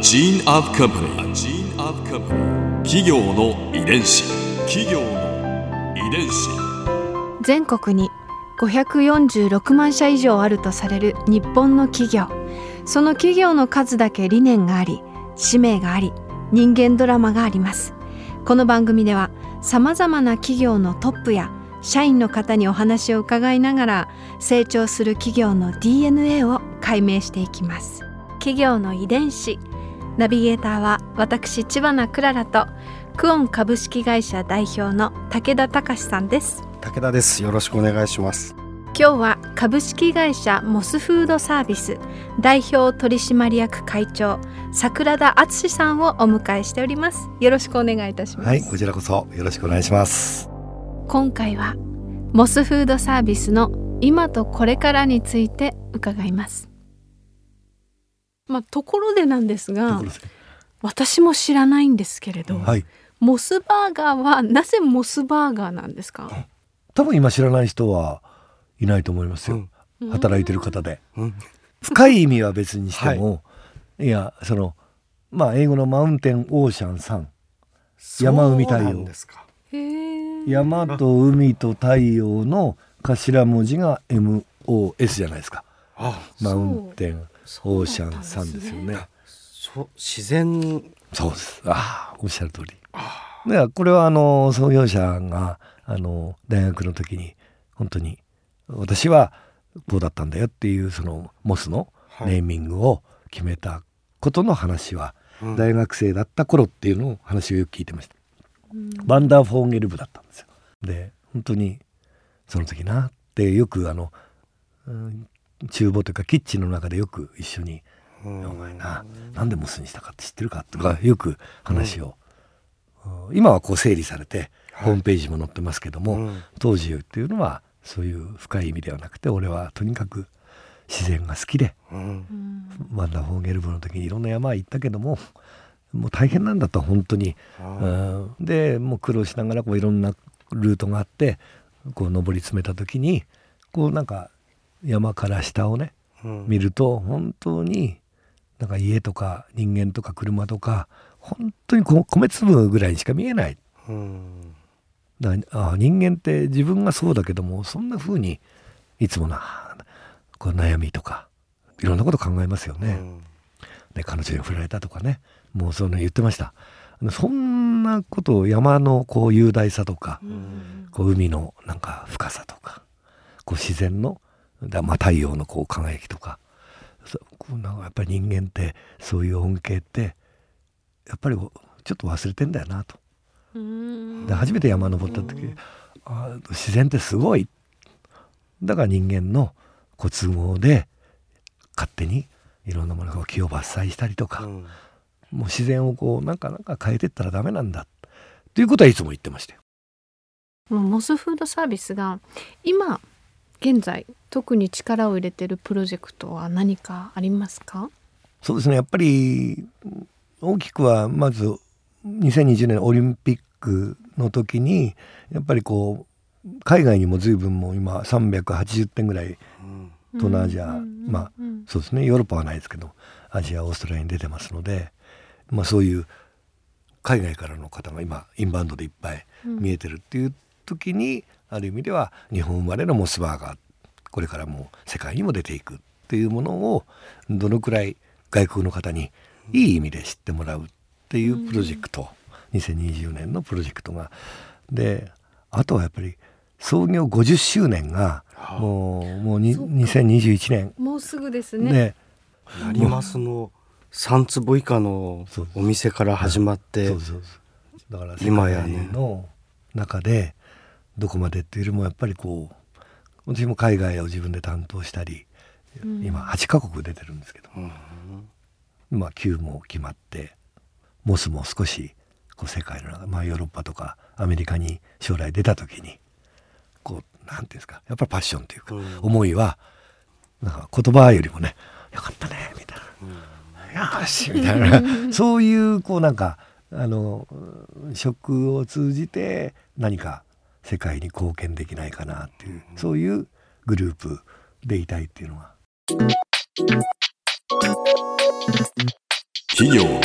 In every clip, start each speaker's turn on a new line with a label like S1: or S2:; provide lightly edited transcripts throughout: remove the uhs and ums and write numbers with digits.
S1: gene of company。 企業の遺伝子。
S2: 全国に546万社以上あるとされる日本の企業。その企業の数だけ理念があり、使命があり、人間ドラマがあります。この番組ではさまざまな企業のトップや社員の方にお話を伺いながら、成長する企業の DNA を解明していきます。企業の遺伝子。ナビゲーターは私知花くららと、クオン株式会社代表の武田隆さんです。
S3: 武田です。よろしくお願いします。
S2: 今日は株式会社モスフードサービス代表取締役会長桜田敦さんをお迎えしております。よろしくお願いいたします。
S3: はい、こちらこそよろしくお願いします。
S2: 今回はモスフードサービスの今とこれからについて伺います。ところでなんですが、私も知らないんですけれど、
S3: はい、
S2: モスバーガーはなぜモスバーガーなんですか？
S3: 多分今知らない人はいないと思いますよ、働いてる方で、深い意味は別にしても、いや英語のマウンテンオーシャンさん、山海太陽ですか。山と海と太陽の頭文字が MOS じゃないですか。マウンテンオーシャンさんですよね。
S4: 自然。
S3: そうです。おっしゃる通り。でこれは創業者が大学の時に本当に私はこうだったんだよっていうそのモスのネーミングを決めたことの話は、大学生だった頃っていうのを話をよく聞いてました。バンダーフォーゲル部だったんですよ。で本当にその時なってよく厨房というかキッチンの中でよく一緒にお前なんでモスにしたかって知ってるかとかよく話を、今はこう整理されてホームページも載ってますけども、当時っていうのはそういう深い意味ではなくて、俺はとにかく自然が好きで、ワンダーフォーゲル部の時にいろんな山行ったけどもう大変なんだと本当に、でもう苦労しながらいろんなルートがあってこう登り詰めた時に山から下をね、見ると本当に家とか人間とか車とか本当に米粒ぐらいにしか見えない。だから人間って自分がそうだけどもそんな風にいつも悩みとかいろんなこと考えますよね。で彼女に振られたとかね、もうその言ってました。そんなことを山の雄大さとか、海の深さとか自然の太陽の輝きとか、やっぱり人間ってそういう恩恵ってやっぱりちょっと忘れてんだよなと。で初めて山登った時、自然ってすごい。だから人間の都合で勝手にいろんなものを木を伐採したりとか、もう自然を変えていったらダメなんだということはいつも言ってましたよ。
S2: モスフードサービスが今現在特に力を入れているプロジェクトは何かありますか？
S3: そうですね、やっぱり大きくはまず2020年オリンピックの時にやっぱり海外にも随分もう今380点ぐらい東南アジア、そうですね、ヨーロッパはないですけどアジアオーストラリアに出てますので、そういう海外からの方が今インバウンドでいっぱい見えてるっていう時に、ある意味では日本生まれのモスバーガーこれからもう世界にも出ていくっていうものをどのくらい外国の方にいい意味で知ってもらうっていうプロジェクト、2020年のプロジェクトがで、あとはやっぱり創業50周年がもう2021年
S2: もうすぐですね。
S4: 成増の3坪以下のお店から始まって、
S3: だから世界の中でどこまでっていうよりもやっぱり私も海外を自分で担当したり、今8カ国出てるんですけど、9も決まってモスも少し世界の中、ヨーロッパとかアメリカに将来出た時になんていうんですか、やっぱりパッションというか、思いは言葉よりもね、よかったねみたいな、よしみたいなそういう食を通じて何か世界に貢献できないかなっていう、そういうグループでいたいっていうのは。
S1: 企業の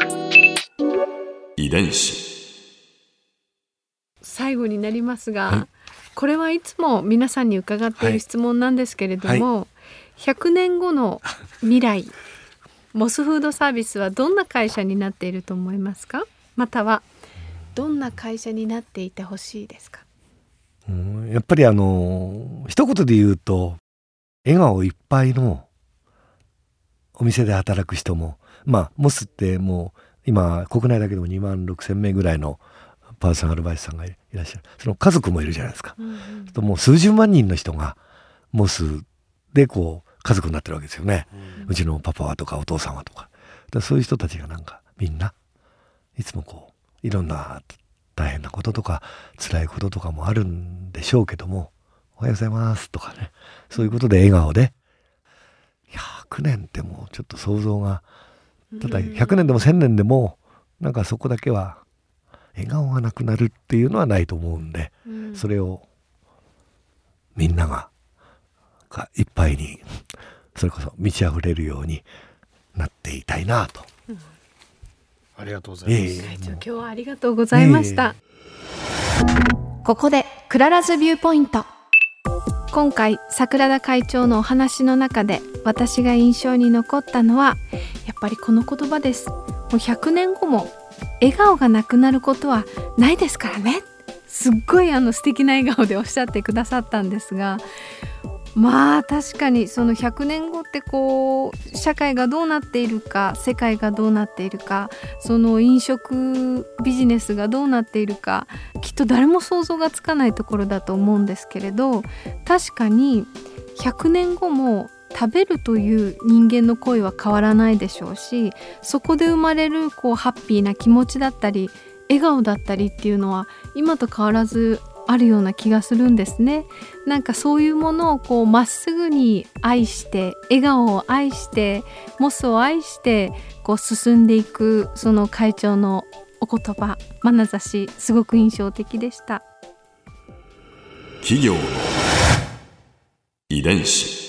S1: 遺伝子。
S2: 最後になりますが、
S3: はい、
S2: これはいつも皆さんに伺っている質問なんですけれども、100年後の未来モスフードサービスはどんな会社になっていると思いますか？またはどんな会社になっていてほしいですか？
S3: やっぱり一言で言うと、笑顔いっぱいのお店で働く人も、モスってもう今国内だけでも2万6千名ぐらいのパーソナルアルバイトさんがいらっしゃる。その家族もいるじゃないですか。もう数十万人の人がモスでこう家族になってるわけですよね。うちのパパはとかお父さんはとか。そういう人たちがみんないつもこういろんな大変なこととか辛いこととかもあるんでしょうけども、おはようございますとかね、そういうことで笑顔で、100年ってもうちょっと想像が、ただ100年でも1000年でもそこだけは笑顔がなくなるっていうのはないと思うんで、それをみんながいっぱいにそれこそ満ち溢れるようになっていたいなと。
S4: ありがとうございます。
S2: 会長、今日はありがとうございました。ここでクララズビューポイント。今回桜田会長のお話の中で私が印象に残ったのはやっぱりこの言葉です。もう100年後も笑顔がなくなることはないですからね。すっごい素敵な笑顔でおっしゃってくださったんですが、確かにその100年後ってこう社会がどうなっているか、世界がどうなっているか、その飲食ビジネスがどうなっているか、きっと誰も想像がつかないところだと思うんですけれど、確かに100年後も食べるという人間の声は変わらないでしょうし、そこで生まれるこうハッピーな気持ちだったり笑顔だったりっていうのは今と変わらずあるような気がするんですね。そういうものをこうまっすぐに愛して、笑顔を愛して、モスを愛してこう進んでいく、その会長のお言葉、眼差し、すごく印象的でした。
S1: 企業の遺伝子。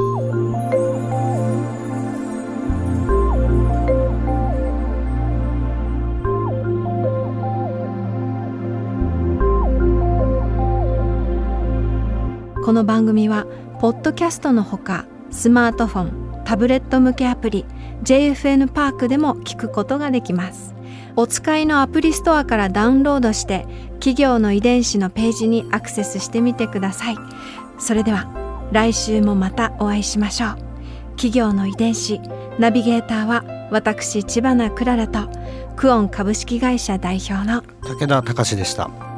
S2: この番組はポッドキャストのほかスマートフォン、タブレット向けアプリ JFN パークでも聞くことができます。お使いのアプリストアからダウンロードして企業の遺伝子のページにアクセスしてみてください。それでは来週もまたお会いしましょう。企業の遺伝子、ナビゲーターは私知花くららとクオン株式会社代表の
S4: 武田隆でした。